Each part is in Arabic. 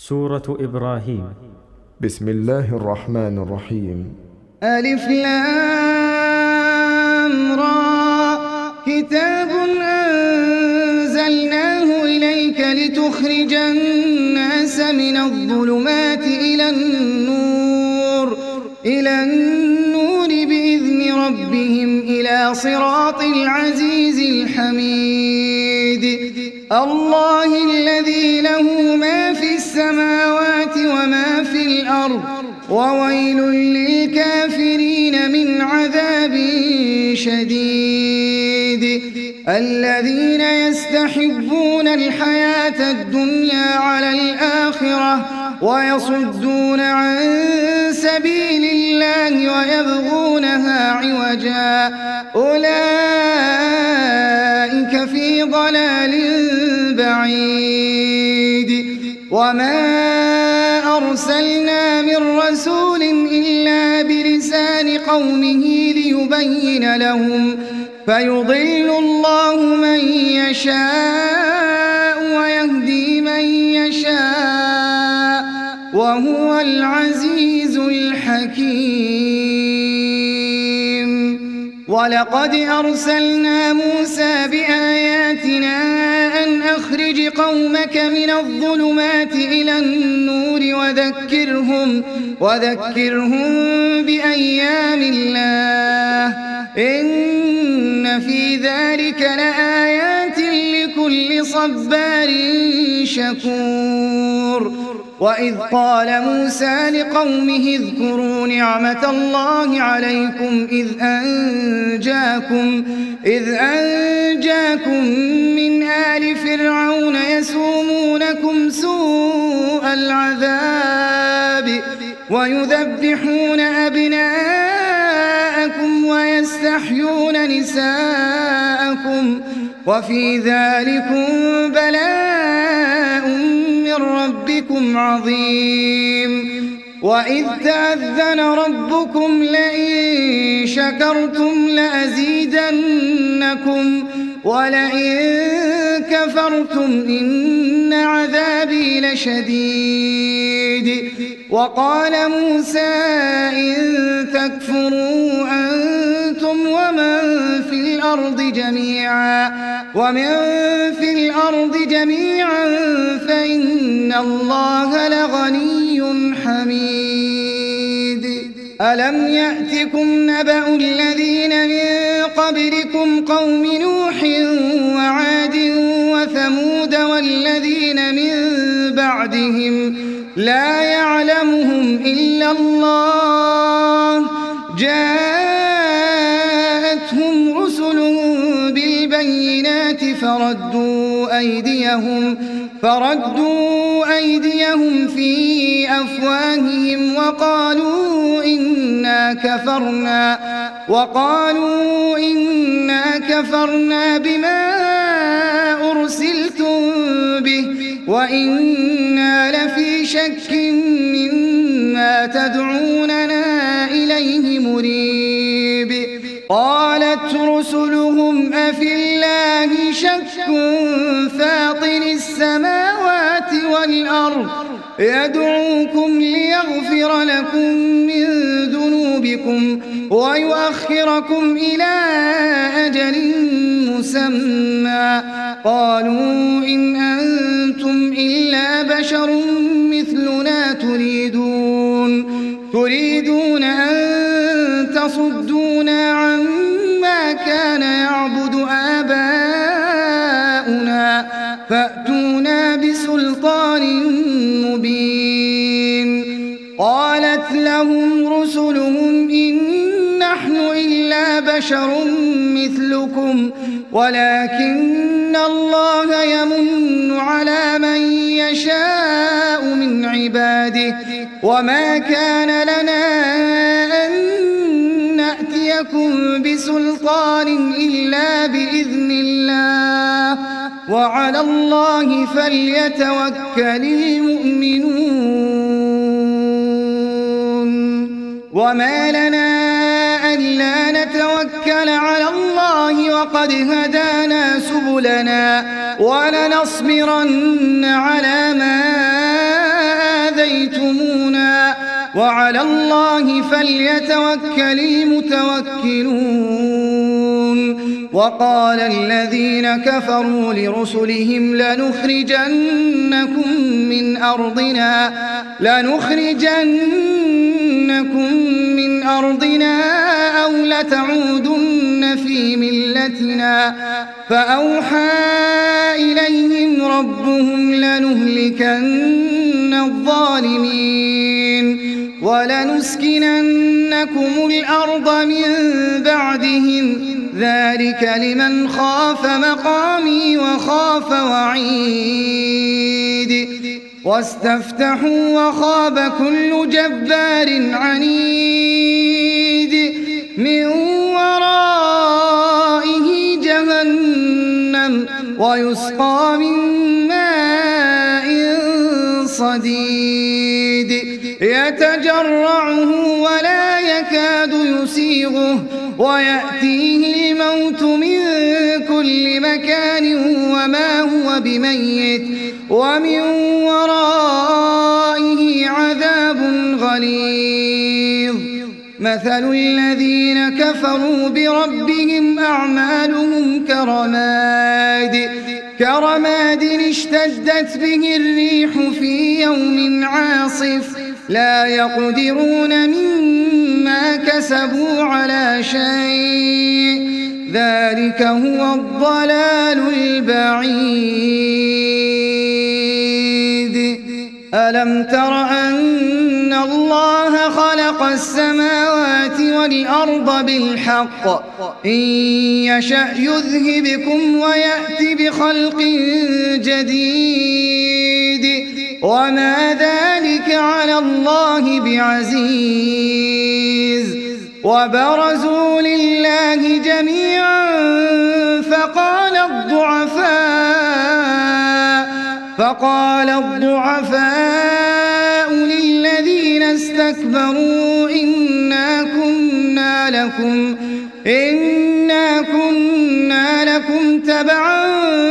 سورة إبراهيم. بسم الله الرحمن الرحيم. ألف لام را كتاب أنزلناه إليك لتخرج الناس من الظلمات إلى النور بإذن ربهم إلى صراط العزيز الحميد. الله الذي له ما في السماوات وما في الأرض وويل للكافرين من عذاب شديد. الذين يستحبون الحياة الدنيا على الآخرة ويصدون عن سبيل الله ويبغونها عوجا أولئك في ضلال بعيد. وما أرسلنا من رسول إلا بلسان قومه ليبين لهم فيضل الله من يشاء ويهدي من يشاء وهو العزيز الحكيم. ولقد أرسلنا موسى بآياتنا أن أخرج قومك من الظلمات إلى النور وذكرهم بأيام الله إن في ذلك لآيات لكل صبار شكور. وإذ قال موسى لقومه اذكروا نعمة الله عليكم إذ أنجاكم من آل فرعون يسومونكم سوء العذاب ويذبحون أبناءكم ويستحيون نساءكم وفي ذلكم بلاء من ربكم عظيم. وإذ تأذن ربكم لئن شكرتم لأزيدنكم ولئن كفرتم إن عذابي لشديد. وقال موسى إن تكفروا أنتم ومن في الأرض جميعا فإن الله لغني حميد. ألم يأتكم نبأ الذين من قبلكم قوم نوح وعاد وثمود والذين من بعدهم لا يعلمهم إلا الله جاءتهم رسلهم بالبينات فردوا أيديهم في أفواههم وقالوا إنا كفرنا بما أرسلتم به وإنا لفي شك مما تدعوننا إليه مريب. قالت رسلهم أفي الله شك فاطر السماوات والأرض يدعوكم ليغفر لكم من ذنوبكم ويؤخركم إلى أجل مسمى قالوا إن أنتم إلا بشر مثلنا تريدون أن تصدونا عما كان يعبد آباؤنا فأتونا بسلطان مبين. قالت لهم رسلهم إن نحن إلا بشر مثلكم ولكن الله يمن على من يشاء من عباده وما كان لنا أن نأتيكم بسلطان إلا بإذن الله وعلى الله فليتوكل المؤمنون. وما لنا ألا نتوكل على الله وقد هدانا سبلنا ولنصبرن على ما هديتمونا وعلى الله فليتوكل المتوكلون. وقال الذين كفروا لرسلهم لنخرجنكم من أرضنا أو لتعودن في ملتنا فأوحى إليهم ربهم لنهلكن الظالمين ولنسكننكم الأرض من بعدهم ذلك لمن خاف مقامي وخاف وعيد. واستفتحوا وخاب كل جبار عنيد من ورائه جهنم ويسقى من ماء صديد يتجرعه ولا يكاد يسيغه ويأتيه الموت من كل مكان وما هو بميت ومن ورائه عذاب غليظ. مثل الذين كفروا بربهم أعمالهم كرماد اشتدت به الريح في يوم عاصف لا يقدرون مما كسبوا على شيء ذلك هو الضلال البعيد. ألم تر أن الله خلق السماوات والأرض بالحق إن يشأ يذهبكم ويأتي بخلق جديد وما ذلك على الله بعزيز. وبرزوا لله جميعا فقال الضعفاء للذين استكبروا إنا كنا لكم تبعا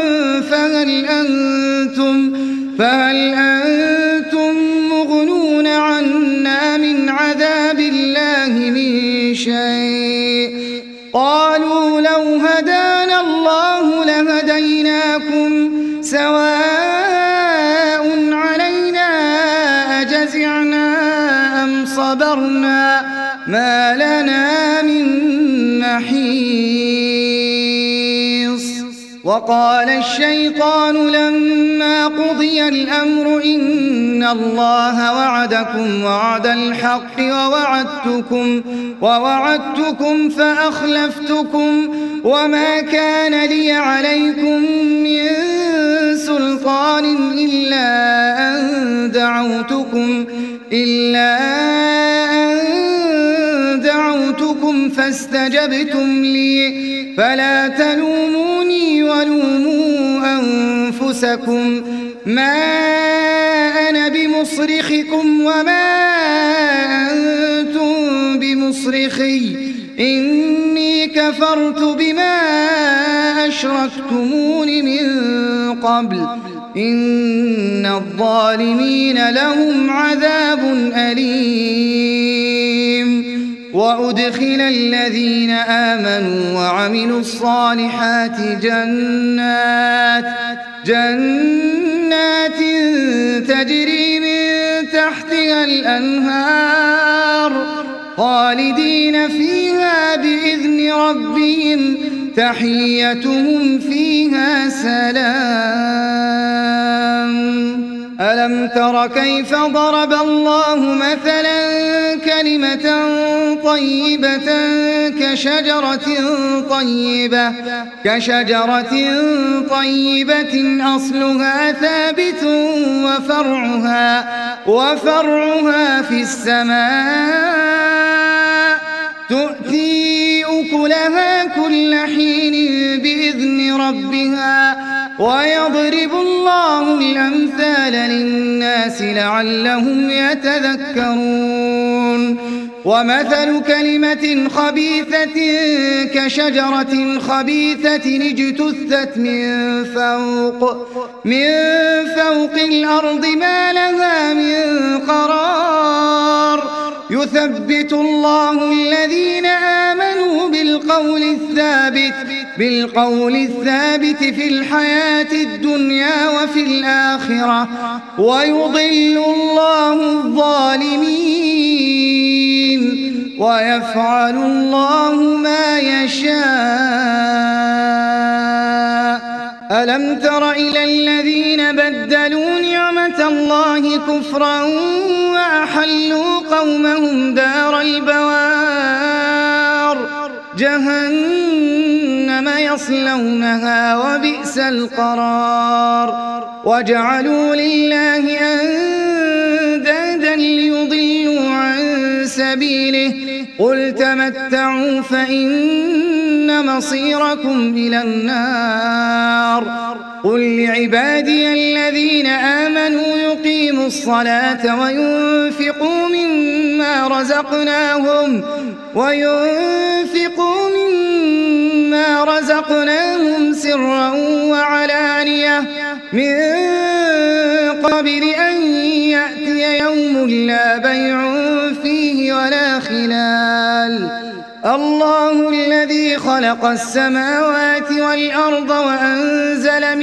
فهل أنتم مغنون عنا من عذاب الله من شيء قالوا لو هدانا الله لهديناكم سواء علينا أجزعنا أم صبرنا ما لنا من محيص. وقال الشيطان لما قضي الأمر إن الله وعدكم وعد الحق ووعدتكم فأخلفتكم وما كان لي عليكم من سلطان إلا أن دعوتكم فاستجبتم لي فلا تلوموني ولوموا أنفسكم ما أنا بمصرخكم وما أنتم بمصرخي إني كفرت بما أشركتمون من قبل إن الظالمين لهم عذاب أليم. وأدخل الذين آمنوا وعملوا الصالحات جنات تجري من تحتها الأنهار خالدين فيها بإذن ربهم تحيتهم فيها سلام. ألم تر كيف ضرب الله مثلا كلمة طيبة كشجرة طيبة أصلها ثابت وفرعها في السماء تؤتي أكلها كل حين بإذن ربها ويضرب الله الأمثال للناس لعلهم يتذكرون. ومثل كلمة خبيثة كشجرة خبيثة اجتثت من فوق الأرض ما لها من يثبت الله الذين آمنوا بالقول الثابت في الحياة الدنيا وفي الآخرة ويضل الله الظالمين ويفعل الله ما يشاء. ألم تر إلى الذين بدلوا نعمة الله كفرا وأحلوا قومهم دار البوار جهنم يصلونها وبئس القرار وجعلوا لله أندادا ليضلوا عن سبيله قل تمتعوا فإن مصيركم إلى النار قل لعبادي الذين آمنوا يقيموا الصلاة وينفقوا مما رزقناهم سرا وعلانية من قبل أن يأتي يوم لا بيع فيه ولا خلال الله الذي خلق السماوات والأرض وأنزل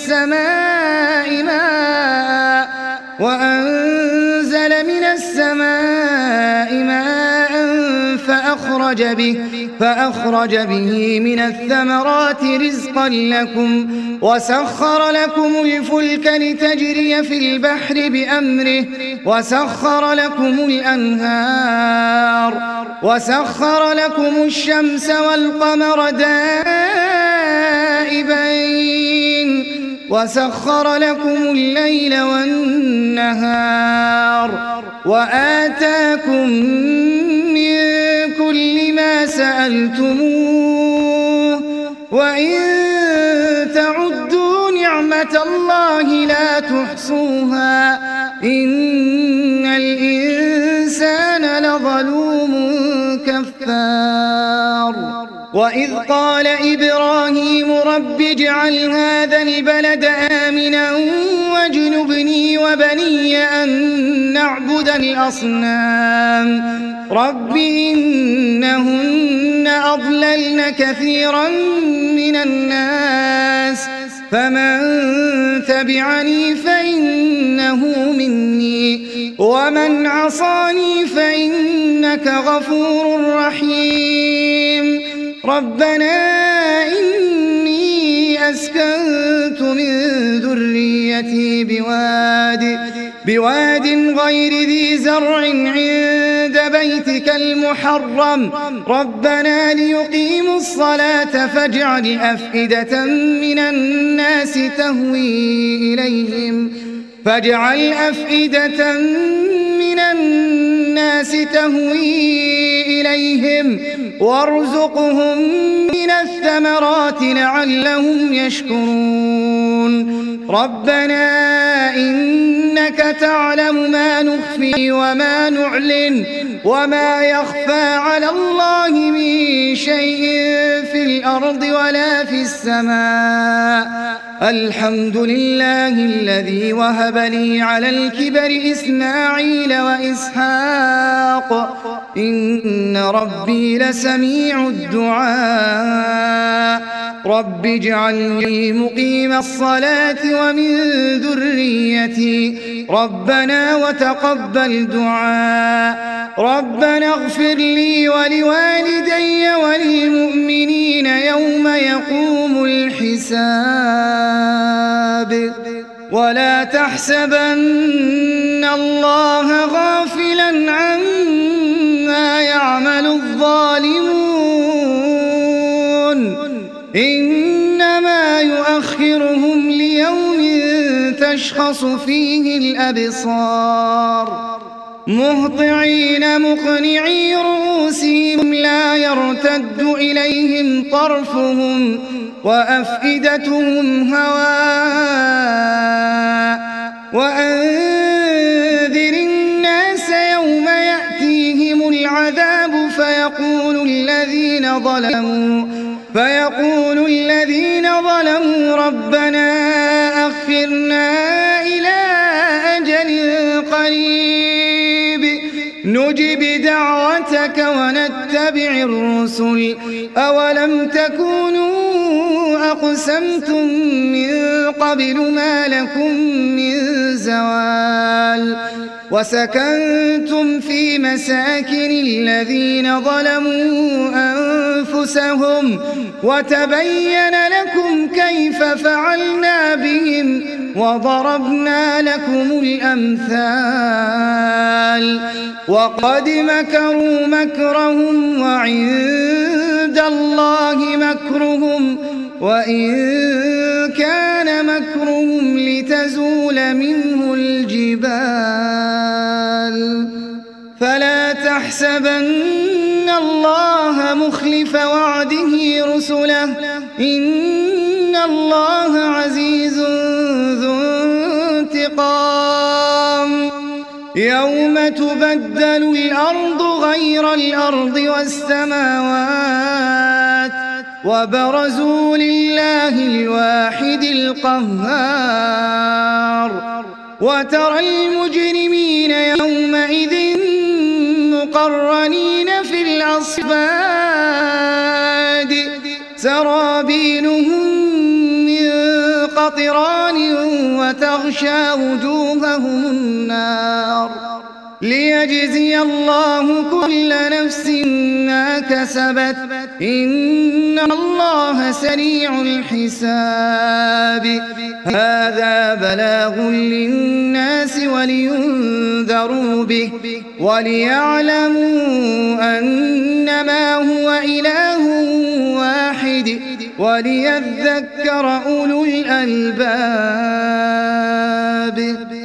من السماء ماء فأخرج به من الثمرات رزقا لكم وسخر لكم الفلك لتجري في البحر بأمره وسخر لكم الأنهار وسخر لكم الشمس والقمر دائبين وسخر لكم الليل والنهار وآتاكم من كل ما سألتموه وإن تعدوا نعمة الله لا تحصوها إن الإنسان لظلوم كفار وإذ قال إبراهيم رب اجعل هذا البلد آمنا واجنبني وبني أن نعبد الأصنام رب إنهن أضللن كثيرا من الناس فمن تبعني فإنه مني ومن عصاني فإنك غفور رحيم ربنا إني أسكنت من ذريتي بواد غير ذي زرع عند بيتك المحرم ربنا ليقيموا الصلاة فاجعل أفئدة من الناس تهوي إليهم وارزقهم من الثمرات لعلهم يشكرون ربنا إنك تعلم ما نخفي وما نعلن وما يخفى على الله من شيء في الأرض ولا في السماء الحمد لله الذي وهب لي على الكبر إسماعيل وإسحاق إن ربي لسميع الدعاء رب اجعلني مقيم الصلاة ومن ذريتي ربنا وتقبل دعاء ربنا اغفر لي ولوالدي وللمؤمنين يوم يقوم الحساب ولا تحسبن الله غافلا عما يعمل الظالمون إنما يؤخرهم ليوم تشخص فيه الأبصار مهطعين مقنعي رؤوسهم لا يرتد إليهم طرفهم وأفئدتهم هواء وأنذر الناس يوم يأتيهم العذاب فيقول الذين ظلموا ربنا أخرنا إلى أجل قريب نجب دعوتك ونتبع الرسل أولم تكونوا أقسمتم من قبل ما لكم من زوال وسكنتم في مساكن الذين ظلموا أنفسهم وتبين لكم كيف فعلنا بهم وضربنا لكم الأمثال وقد مكروا مكرهم وعند الله مكرهم وإن كان مكرهم لتزول منه الجبال فلا تحسبن الله مخلف وعده رسله إن الله عزيز ذو انتقام يوم تبدل الأرض غير الأرض والسماوات وبرزوا لله الواحد القهار وترى المجرمين يومئذ مقرنين في الأصفاد سرابيلهم من قطران وتغشى وجوههم النار ليجزي الله كل نفس ما كسبت إن الله سريع الحساب هذا بلاغ للناس ولينذروا به وليعلموا أنما هو إله واحد وليذكر أولو الألباب